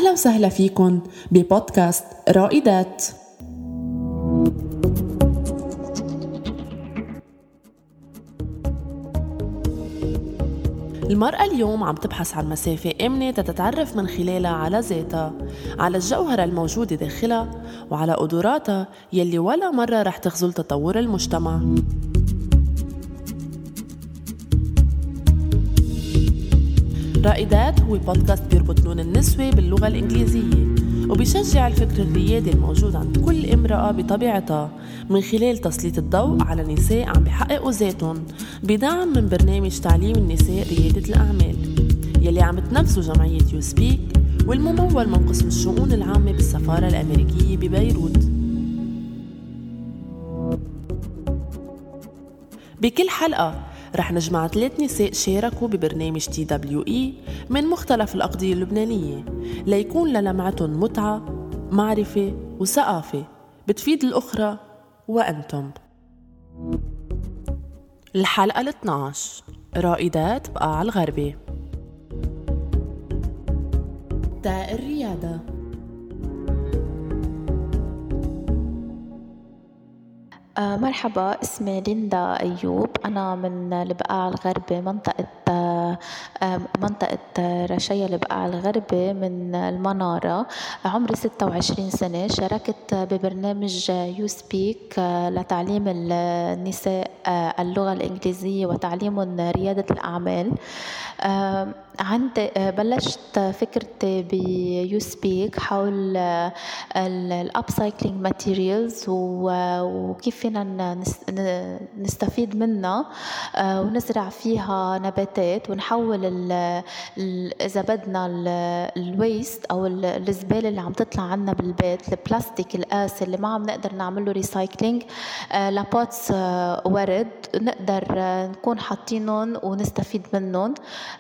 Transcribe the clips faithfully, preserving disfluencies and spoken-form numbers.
أهلا وسهلا فيكن ببودكاست رائدات. المرأة اليوم عم تبحث عن مسافة آمنة تتعرف من خلالها على ذاتها، على الجوهرة الموجودة داخلها، وعلى قدراتها يلي ولا مرة رح تخذل تطور المجتمع. رائدات هو بودكاست بيربط لون النسوة باللغة الإنجليزية، وبيشجع الفكر الريادي الموجود عند كل امرأة بطبيعتها من خلال تسليط الضوء على نساء عم بيحققوا ذاتهم بدعم من برنامج تعليم النساء ريادة الأعمال يلي عم تنفذه جمعية يو سبيك والممول من قسم الشؤون العامة بالسفارة الأمريكية ببيروت. بكل حلقة رح نجمع ثلاث نساء شاركوا ببرنامج تي دبليو إي من مختلف الأقضية اللبنانية ليكون للمعتهم متعة، معرفة وثقافة بتفيد الأخرى وأنتم. الحلقة الاثنى عشر، رائدات بقاع الغربة. تاء الريادة. آه مرحبا، اسمي ليندا أيوب. أنا من البقاع الغربة، منطقة آه منطقة رشية البقاع الغربة من المنارة. عمري ستة وعشرين سنة. شاركت ببرنامج يو سبيك آه لتعليم النساء آه اللغة الإنجليزية وتعليمهم ريادة الأعمال. آه عندي بلشت فكرتي بيو سبيك حول الابسايكلينج ماتيريالز وكيف فينا نستفيد منها ونزرع فيها نباتات ونحول اذا بدنا الويست او الزباله اللي عم تطلع عنا بالبيت، البلاستيك القاسي اللي ما عم نقدر نعمله ريسايكلينج، لبوتس ورد نقدر نكون حاطينهم ونستفيد منهم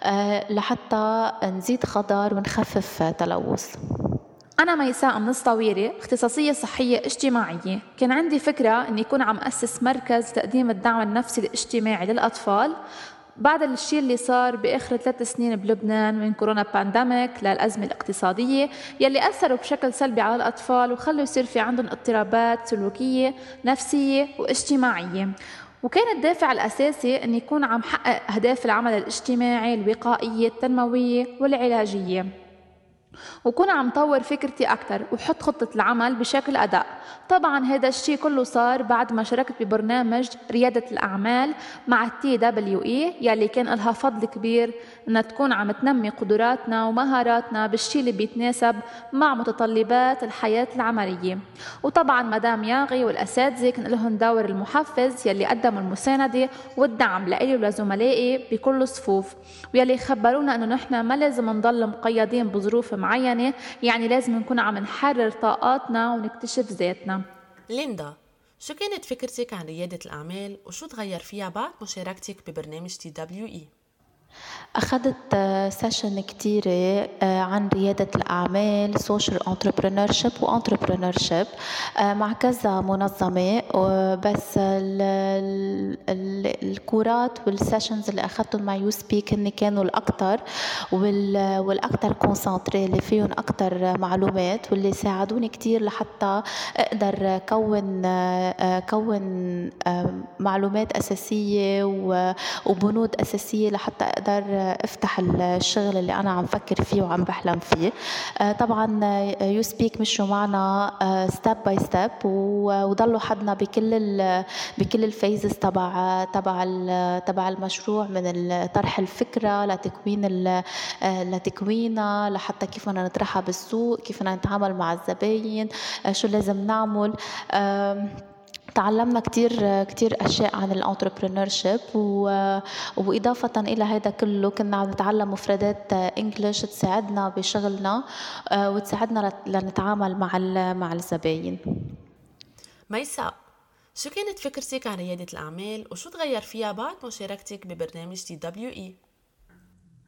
حتى نزيد خضار ونخفف تلوث. أنا ميساء من الصويرة، اختصاصية صحية اجتماعية. كان عندي فكرة أني يكون عم أسس مركز لتقديم الدعم النفسي الاجتماعي للأطفال بعد الشيء اللي صار بآخر ثلاث سنين بلبنان من كورونا بانديميك للأزمة الاقتصادية يلي أثروا بشكل سلبي على الأطفال وخلوا يصير في عندهم اضطرابات سلوكية نفسية واجتماعية. وكان الدافع الأساسي أن يكون عم حقق أهداف العمل الاجتماعي الوقائية التنموية والعلاجية، وكون عم طور فكرتي أكتر وحط خطة العمل بشكل أداء. طبعا هذا الشيء كله صار بعد ما شاركت ببرنامج ريادة الأعمال مع التي دبليو إي يلي كان لها فضل كبير أنها تكون عم تنمي قدراتنا ومهاراتنا بالشيء اللي بيتناسب مع متطلبات الحياة العملية. وطبعا مدام ياغي والأساتذة كان لهم دور المحفز يلي قدموا المساندة والدعم لإلي ولزملائي بكل صفوف، ويلي خبرونا أنه نحن ما لازم نضل مقيدين بظروف معينة، يعني لازم نكون عم نحرر طاقاتنا ونكتشف ذاتنا. ليندا، شو كانت فكرتك عن ريادة الأعمال وشو تغير فيها بعد مشاركتك ببرنامج تي دبليو إي؟ أخذت سيشن كتيرة عن ريادة الأعمال، سوشيال انتربرينورشيب وانتربرينورشيب مع كذا منظمة، بس الكورات والسيشنز اللي أخذتهم مع يو سبيك هن كانوا الأكتر والأكتر كونسنتري اللي فيهم أكتر معلومات واللي ساعدوني كتير لحتى أقدر كون كون معلومات أساسية وبنود أساسية لحتى أقدر افتح الشغل اللي انا عم فكر فيه وعم بحلم فيه. طبعا يو سبيك مشوا معنا ستيب باي ستيب وضلوا حدنا بكل بكل الفيزز تبع تبع تبع المشروع، من طرح الفكره لتكوين لتكوينها لحتى كيف بدنا نطرحها بالسوق، كيف بدنا نتعامل مع الزباين، شو لازم نعمل. تعلمنا كتير كتير أشياء عن الانتربرينورشيب، وإضافة إلى هذا كله كنا عم نتعلم مفردات إنجليش تساعدنا بشغلنا وتساعدنا لنتعامل مع مع الزباين. ميساء، شو كانت فكرتك عن ريادة الأعمال وشو تغير فيها بعد مشاركتك ببرنامج تي دبليو إي؟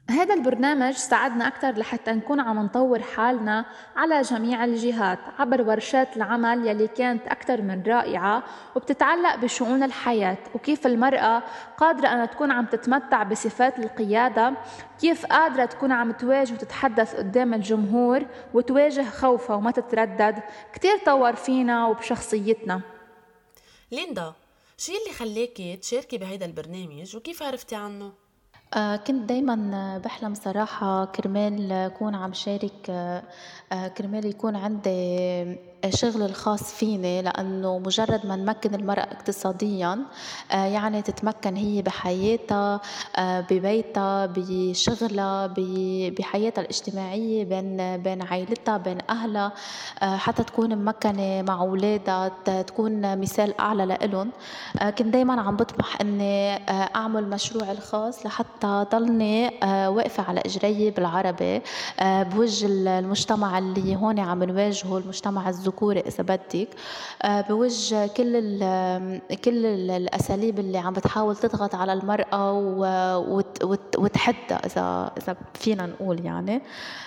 هذا البرنامج ساعدنا أكثر لحتى نكون عم نطور حالنا على جميع الجهات عبر ورشات العمل يلي كانت أكثر من رائعة وبتتعلق بشؤون الحياة وكيف المرأة قادرة أن تكون عم تتمتع بصفات القيادة، كيف قادرة تكون عم تواجه وتتحدث قدام الجمهور وتواجه خوفها وما تتردد. كتير طور فينا وبشخصيتنا. ليندا، شو اللي خليكي تشاركي بهيدا البرنامج وكيف عرفتي عنه؟ آه كنت دايما بحلم صراحة كرمال أكون عم شارك، آه آه كرمال يكون عندي شغل الخاص فيني، لأنه مجرد ما نمكن المرأة اقتصاديا آه يعني تتمكن هي بحياتها، آه ببيتها، بشغلها، بحياتها الاجتماعية، بين بين عائلتها، بين أهلها، آه حتى تكون ممكنة مع أولادها، تكون مثال أعلى لإلهم. آه كنت دايما عم بطمح إني آه أعمل مشروع الخاص لحتى ضلني آه واقفة على إجري بالعربي آه بوجه المجتمع اللي هون عم نواجهه، المجتمع الذكوري إذا بدك، آه بوجه كل ال كل ال الأساليب اللي عم بتحاول تضغط على المرأة وتحدها، إذا إذا فينا نقول يعني.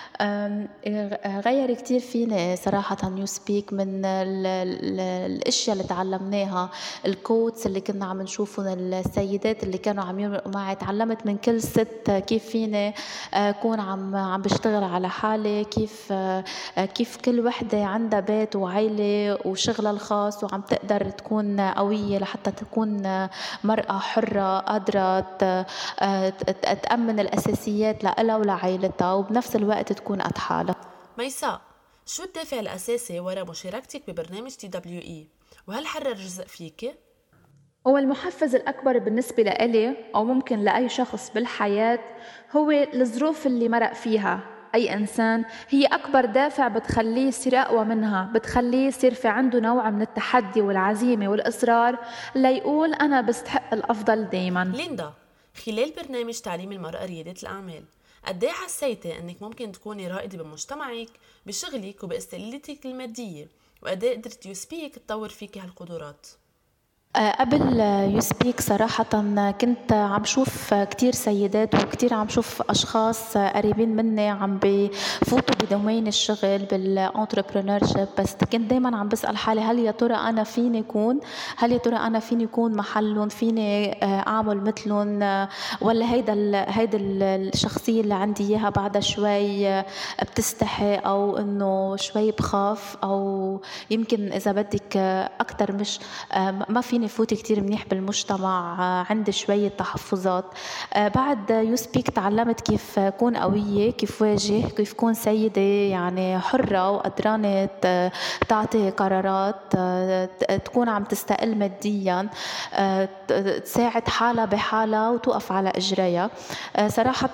غير كتير فيني صراحة نيو سبيك من ال ال الاشياء اللي تعلمناها، الكوتس اللي كنا عم نشوفهم، السيدات اللي كانوا عم يمرقوا معي. تعلمت من كل ست كيف فيني اكون عم عم بشتغل على حالي، كيف كيف كل وحدة عندها بيت وعائلة وشغلها الخاص وعم تقدر تكون قوية لحتى تكون مرأة حرة قادرة تأمن الأساسيات لها ولعائلتها وبنفس الوقت تكون قد حالها. ميساء، شو الدافع الأساسي وراء مشاركتك ببرنامج تي دبليو إي؟ وهل حرر جزء فيك؟ هو المحفز الأكبر بالنسبة لإلي أو ممكن لأي شخص بالحياة هو الظروف اللي مرق فيها أي إنسان، هي أكبر دافع بتخليه يصير أقوى منها، بتخليه يصير في عنده نوع من التحدي والعزيمة والإصرار ليقول أنا بستحق الأفضل دايما. ليندا، خلال برنامج تعليم المرأة ريادة الأعمال، قد ايه حسيتي انك ممكن تكوني رائدة بمجتمعك بشغلك وباستقلاليتك المادية، وقد ايه قدرت يو سبيك تطور فيكي هالقدرات؟ قبل يو سبيك صراحة كنت عم شوف كتير سيدات وكتير عم شوف أشخاص قريبين مني عم بفوتوا بدومين الشغل بالانتربرونورشيب، بس كنت دايما عم بسأل حالي هل يا ترى أنا فيني كون هل يا ترى أنا فيني كون محلهم، فيني أعمل مثلهم، ولا هيدا هيدا الشخصية اللي عندي إياها بعدها شوي بتستحي أو إنه شوي بخاف، أو يمكن إذا بدك أكتر مش ما فيني فوت كتير منيح بالمجتمع، عندي شوية تحفظات. بعد يو سبيك تعلمت كيف كون قوية، كيف واجه، كيف كون سيدة يعني حرة وقدرانة تعطي قرارات، تكون عم تستقل ماديا، تساعد حالها بحالها وتوقف على إجريها. صراحة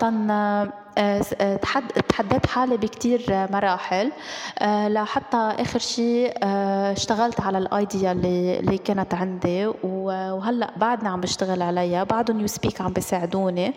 تحديت حالي بكتير مراحل لحتى آخر شيء اشتغلت على الايديا اللي, اللي كانت عندي، وهلأ بعدنا عم بشتغل عليها، بعدهم يو سبيك عم بيساعدوني،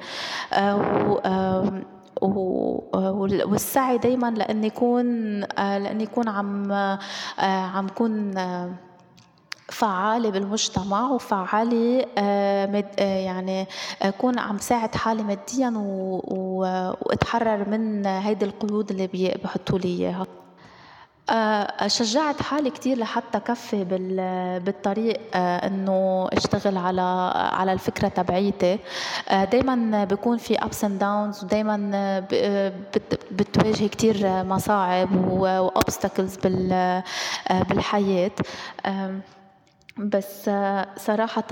والسعي دايما لأني يكون لأني يكون عم عم كون فعالة بالمجتمع وفعالة يعني أكون عم ساعد حالي ماديا واتحرر من هيدي القيود اللي بيحطوا لي إياها. شجعت حالي كتير لحتى كفي بالطريق انه اشتغل على على الفكره تبعيتي. دايما بيكون في ups and downs، ودايما بتواجه كتير مصاعب وobstacles بالحياه، بس صراحة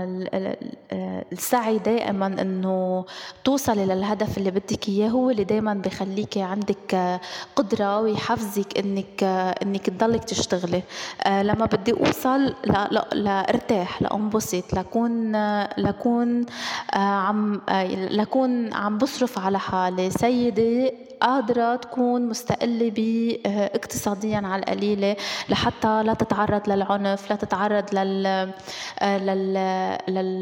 السعي دائما انه توصلي للهدف اللي بدك اياه هو اللي دائما بخليكي عندك قدرة ويحفزك انك انك تضلك تشتغلي. لما بدي اوصل لارتاح، لانبسط، لكون لكون عم لكون عم بصرف على حالي، سيدة قادرة تكون مستقلة باقتصاديا على القليلة لحتى لا تتعرض للعنف، لا تتعرض لل... لل...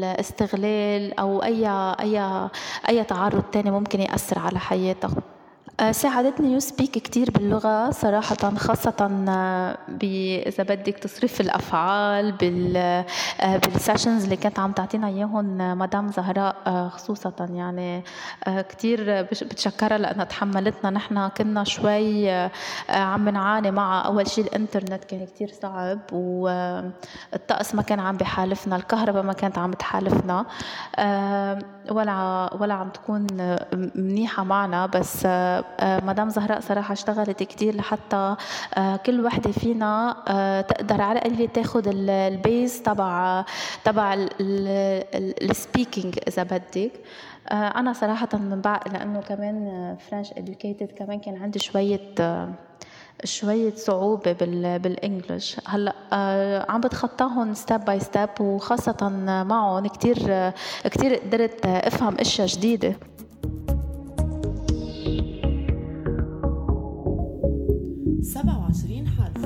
للاستغلال أو أي أي أي تعرض تاني ممكن يأثر على حياتها. آه، ساعدتني يو سبيك كتير باللغة صراحة، خاصة آه، ب إذا بدك تصريف الأفعال بال آه، بالسيشنز اللي كانت عم تعطينا إياهم آه، مدام زهراء آه، خصوصا. يعني آه، كتير بش- بتشكرها لأنها تحملتنا. نحن كنا شوي آه، آه، عم نعاني مع أول شيء الإنترنت كان كتير صعب، والطقس ما كان عم بحالفنا، الكهرباء ما كانت عم تحالفنا، آه، ولا ولا عم تكون آه، منيحة معنا. بس آه، آه، مدام زهراء صراحة اشتغلت كتير لحتى آه، كل وحدة فينا آه، تقدر على القليل تاخد ال- البيز تبع تبع السبيكينج إذا بدك. آه، أنا صراحة من بعد لأنه كمان فرنش educated كمان كان عندي شوية آه، شوية صعوبة بال بالإنجليش. هلا آه عم بتخطاهم ستيب باي ستيب، وخاصة معهم كتير آه كتير قدرت آه افهم اشياء جديدة. سبعة وعشرين حرف.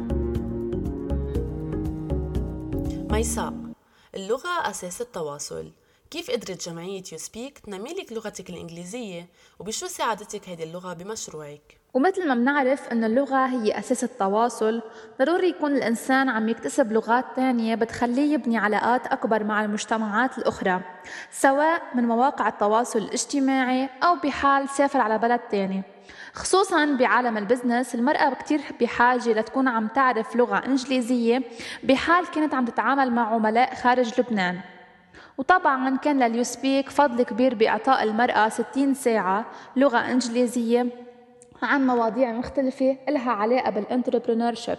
ميساء، اللغة أساس التواصل. كيف قدرت جمعية يو سبيك تنمي لك لغتك الإنجليزية، وبشو ساعدتك هذه اللغة بمشروعك؟ ومثل ما بنعرف إنه اللغة هي أساس التواصل، ضروري يكون الإنسان عم يكتسب لغات تانية بتخليه يبني علاقات أكبر مع المجتمعات الأخرى، سواء من مواقع التواصل الاجتماعي أو بحال سافر على بلد تاني. خصوصاً بعالم البزنس المرأة كتير بحاجة لتكون عم تعرف لغة إنجليزية بحال كانت عم تتعامل مع عملاء خارج لبنان. وطبعاً كان لليو سبيك فضل كبير بإعطاء المرأة ستين ساعة لغة إنجليزية عن مواضيع مختلفة إلها علاقة بالانتربرينورشيب.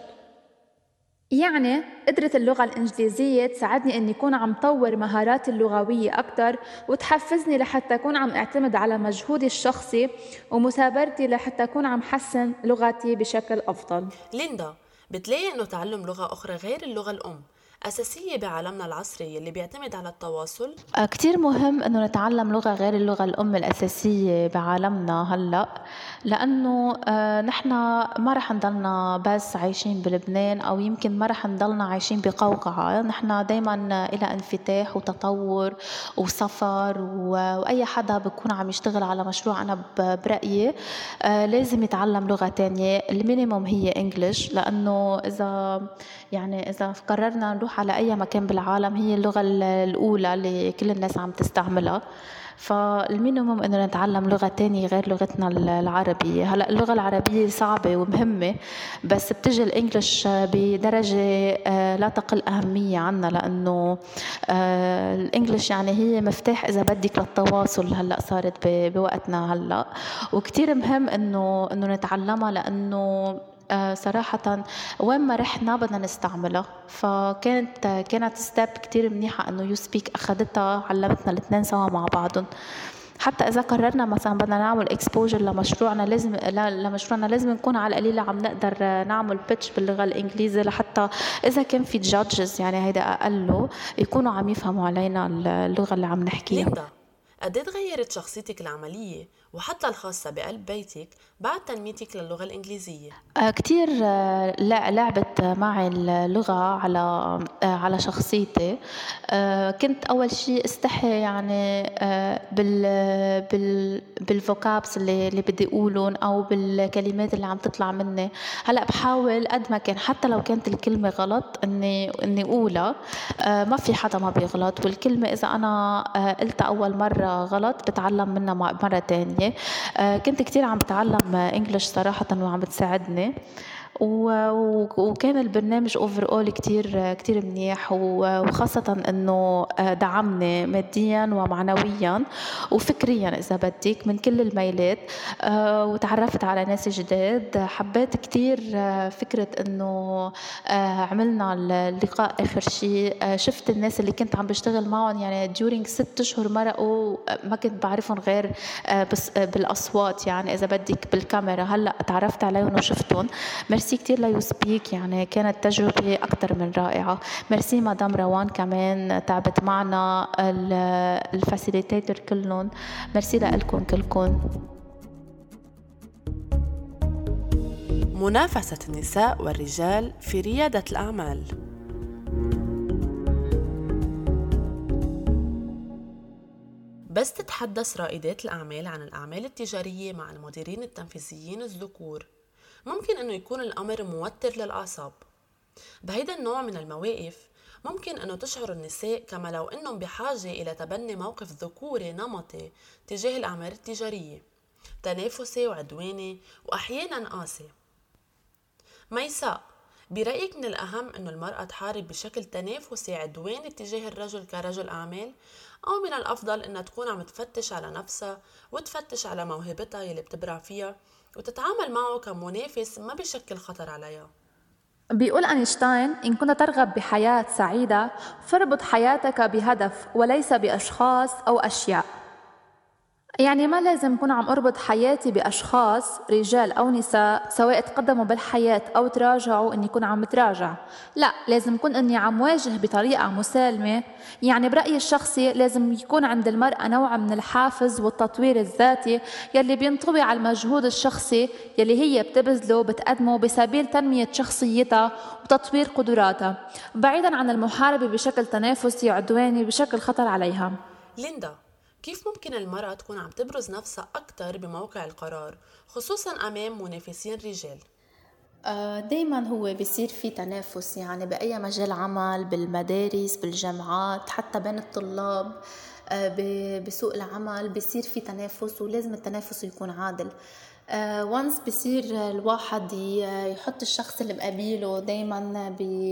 يعني قدرت اللغة الإنجليزية تساعدني أني أكون عم طور مهاراتي اللغوية أكتر، وتحفزني لحتى أكون عم أعتمد على مجهودي الشخصي ومثابرتي لحتى أكون عم حسن لغتي بشكل أفضل. ليندا، بتلاقي إنه تعلم لغة أخرى غير اللغة الأم أساسية بعالمنا العصري اللي بيعتمد على التواصل؟ آه، كتير مهم إنه نتعلم لغة غير اللغة الأم الأساسية بعالمنا هلأ، لأنه آه، نحن ما رح نضلنا بس عايشين بلبنان، أو يمكن ما رح نضلنا عايشين بقوقعة. نحن دايما إلى انفتاح وتطور وسفر، و- وأي حدا بيكون عم يشتغل على مشروع أنا ب- برأيي آه، لازم يتعلم لغة تانية. المينيموم هي إنجليش، لأنه إذا يعني إذا قررنا نروح على أي مكان بالعالم هي اللغة ال- الأولى اللي كل الناس عم تستعملها. فالمينيموم إنه نتعلم لغة تانية غير لغتنا ال- العربية. هلأ اللغة العربية صعبة ومهمة، بس بتجي الإنجليش بدرجة آه، لا تقل أهمية عنا، لأنه آه، الإنجليش يعني هي مفتاح إذا بدك للتواصل. هلأ صارت ب- بوقتنا هلأ، وكتير مهم إنه إنه نتعلمها، لأنه آه، صراحة وين ما رحنا بدنا نستعملها. فكانت كانت ستيب كتير منيحة إنه يو سبيك أخدتها، علمتنا الاثنين سوا مع بعضهم. حتى إذا قررنا مثلا بدنا نعمل اكسبوجر لمشروعنا، لازم لا لمشروعنا لازم نكون على القليلة عم نقدر نعمل بيتش باللغة الإنجليزية، لحتى إذا كان في جادجز يعني هيدا أقله يكونوا عم يفهموا علينا اللغة اللي عم نحكيها. ليندا، قد ايه تغيرت شخصيتك العملية وحتى الخاصة بقلب بيتك بعد تنميتك للغة الإنجليزية؟ آه، كتير آه، لا- لعبت معي اللغة على آه، على شخصيتي. آه، كنت أول شيء استحي يعني آه، بال بال بالفوكابس اللي اللي بدي أقولهم أو بالكلمات اللي عم تطلع مني. هلأ بحاول قد ما كان، حتى لو كانت الكلمة غلط إني إني أقولها. آه، ما في حدا ما بيغلط، والكلمة إذا أنا آه، قلتها أول مرة غلط بتعلم منها مرة تانية. آه، كنت كتير عم بتعلم إنجليش صراحة، وعم بتساعدني. و- و- وكان البرنامج اوفر اول كتير كتير منيح، و- وخاصة انه دعمني ماديا ومعنويا وفكريا اذا بدك من كل الميلات. آه، وتعرفت على ناس جداد. حبيت كتير آه، فكرة انه آه، عملنا اللقاء اخر شيء. آه، شفت الناس اللي كنت عم بشتغل معهم يعني during ست اشهر مرقوا ما كنت بعرفهم غير آه، بس آه، بالاصوات، يعني اذا بدك بالكاميرا. هلا تعرفت عليهم وشفتهم. ميرسي كتير ليو سبيك، يعني كانت تجربة أكتر من رائعة. ميرسي مدام روان كمان تعبت معنا، الفاسيليتاتور كلهم. ميرسي لكم كلكم. منافسة النساء والرجال في ريادة الأعمال. بس تتحدث رائدات الأعمال عن الأعمال التجارية مع المديرين التنفيذيين الذكور ممكن أنه يكون الأمر موتر للأعصاب. بهيدا النوع من المواقف ممكن أنه تشعر النساء كما لو أنهم بحاجة إلى تبني موقف ذكوري نمطي تجاه الأعمال التجارية، تنافسي وعدواني وأحيانا قاسي. ميساء، برأيك من الأهم أنه المرأة تحارب بشكل تنافسي عدواني تجاه الرجل كرجل أعمال، أو من الأفضل أنها تكون عم تفتش على نفسها وتفتش على موهبتها يلي بتبرع فيها وتتعامل معه كمنافس ما بيشكل خطر عليها؟ بيقول أينشتاين: إن كنت ترغب بحياة سعيدة فاربط حياتك بهدف وليس بأشخاص أو أشياء. يعني ما لازم أكون عم أربط حياتي بأشخاص رجال أو نساء سواء تقدموا بالحياة أو تراجعوا إني أكون عم تراجع، لا، لازم أكون إني عم واجه بطريقة مسالمة. يعني برأيي الشخصي لازم يكون عند المرأة نوع من الحافز والتطوير الذاتي يلي بينطوي على المجهود الشخصي يلي هي بتبذله بتقدمه بسبيل تنمية شخصيتها وتطوير قدراتها، بعيدا عن المحاربة بشكل تنافسي وعدواني بشكل خطر عليها. ليندا، كيف ممكن المرأة تكون عم تبرز نفسها أكتر بموقع القرار خصوصاً أمام منافسين رجال؟ دايما هو بيصير في تنافس، يعني بأي مجال عمل، بالمدارس، بالجامعات، حتى بين الطلاب، بسوق العمل بيصير في تنافس، ولازم التنافس يكون عادل. وانس بيصير الواحد يحط الشخص اللي بقابله دايما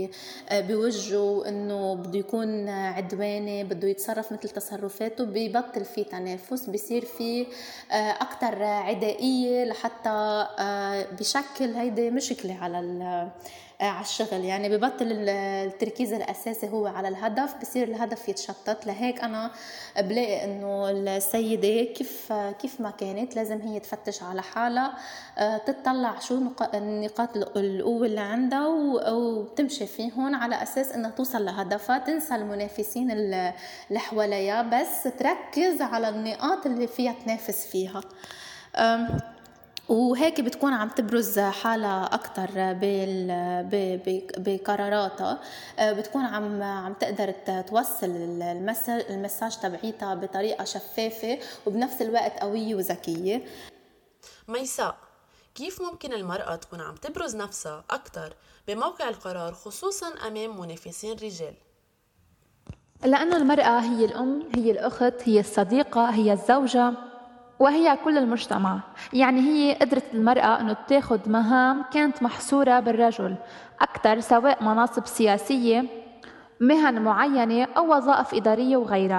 بوجهه انه بده يكون عدواني، بده يتصرف مثل تصرفاته، بيبطل في تنافس، بيصير في اكتر عدائية، لحتى بشكل هيدا مشكلة على على الشغل. يعني ببطل التركيز الأساسي هو على الهدف، بصير الهدف يتشتت. لهيك أنا بلاقي إنه السيدة كيف كيف ما كانت لازم هي تفتش على حالها، تطلع شو نقاط القوة اللي عندها وتمشي فيهم على أساس إنها توصل لهدفها، تنسى المنافسين اللي حواليها، بس تركز على النقاط اللي فيها تنافس فيها، وهيك بتكون عم تبرز حالها أكتر بقراراتها، بتكون عم عم تقدر توصل المساج تبعيتها بطريقة شفافة وبنفس الوقت قوية وذكية. ميساء، كيف ممكن المرأة تكون عم تبرز نفسها أكتر بموقع القرار خصوصاً أمام منافسين رجال؟ لأنه المرأة هي الأم، هي الأخت، هي الصديقة، هي الزوجة، وهي كل المجتمع. يعني هي قدرت المرأة أنه تاخد مهام كانت محصورة بالرجل أكثر، سواء مناصب سياسية، مهن معينة، أو وظائف إدارية وغيرها.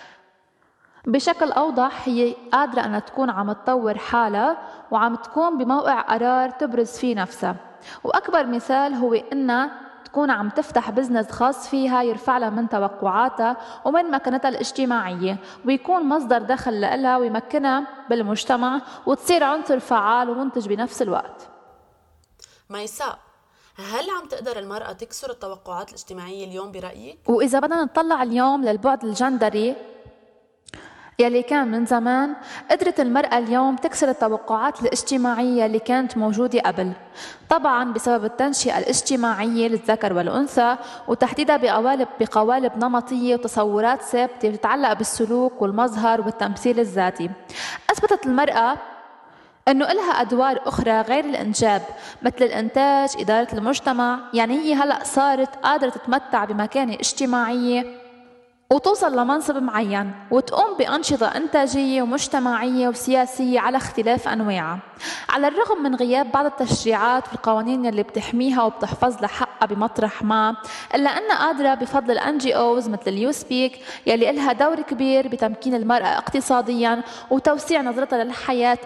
بشكل أوضح هي قادرة أنها تكون عم تطور حالها وعم تكون بموقع قرار تبرز فيه نفسها. وأكبر مثال هو أنها تكون عم تفتح بزنس خاص فيها يرفع لها من توقعاتها ومن مكانتها الاجتماعية، ويكون مصدر دخل لها ويمكنها بالمجتمع، وتصير عنصر فعال ومنتج بنفس الوقت. ميساء، هل عم تقدر المرأة تكسر التوقعات الاجتماعية اليوم برأيك؟ وإذا بدنا نطلع اليوم للبعد الجندري يلي كان من زمان، قدرت المرأة اليوم تكسر التوقعات الاجتماعية اللي كانت موجودة قبل، طبعا بسبب التنشئة الاجتماعية للذكر والأنثى، وتحديدا بقوالب بقوالب نمطية وتصورات ثابتة تتعلق بالسلوك والمظهر والتمثيل الذاتي. أثبتت المرأة أنه إلها أدوار أخرى غير الإنجاب، مثل الإنتاج، إدارة المجتمع. يعني هي هلأ صارت قادرة تتمتع بمكانة اجتماعية وتوصل لمنصب معين، وتقوم بأنشطة إنتاجية ومجتمعية وسياسية على اختلاف أنواعها، على الرغم من غياب بعض التشريعات والقوانين اللي بتحميها وبتحفظ لها حقها بمطرح ما، إلا أنها قادرة بفضل الان جي اوز مثل اليو سبيك يلي إلها دور كبير بتمكين المرأة اقتصاديا وتوسيع نظرتها للحياة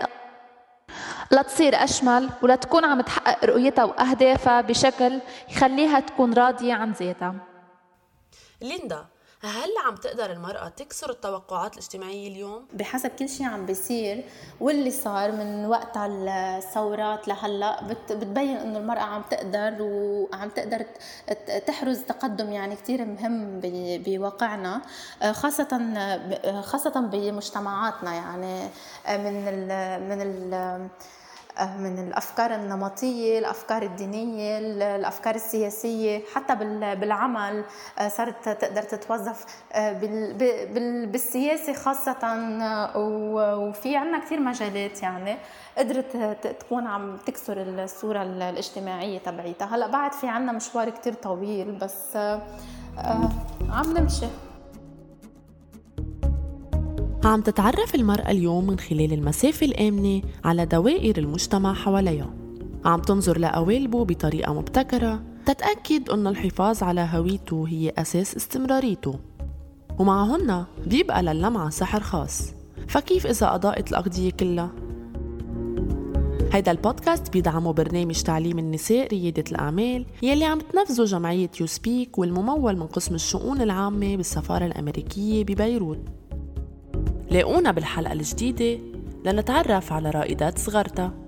لتصير أشمل، ولتكون عم تحقق رؤيتها وأهدافها بشكل يخليها تكون راضية عن ذاتها. ليندا، هل عم تقدر المرأة تكسر التوقعات الاجتماعية اليوم؟ بحسب كل شيء عم بيصير واللي صار من وقت الثورات لهلا بتبين انه المرأة عم تقدر وعم تقدر تحرز تقدم يعني كتير مهم بواقعنا، خاصة خاصة بمجتمعاتنا. يعني من ال من ال من الأفكار النمطية، الأفكار الدينية، الأفكار السياسية، حتى بالعمل صارت تقدر تتوظف بالسياسة خاصة، وفي عنا كتير مجالات يعني قدرت تكون عم تكسر الصورة الاجتماعية تبعيتها. هلأ بعد في عنا مشوار كتير طويل، بس عم نمشي. عم تتعرف المرأة اليوم من خلال المسافة الآمنة على دوائر المجتمع حواليها، عم تنظر لقوالبه بطريقة مبتكرة تتأكد أن الحفاظ على هويته هي أساس استمراريته، ومعهن بيبقى للمعة سحر خاص. فكيف إذا أضاءت الأغذية كلها؟ هيدا البودكاست بيدعمه برنامج تعليم النساء ريادة الأعمال يلي عم تنفذه جمعية يوسبيك والممول من قسم الشؤون العامة بالسفارة الأمريكية ببيروت. لاقونا بالحلقة الجديدة لنتعرف على رائدات صغرتا.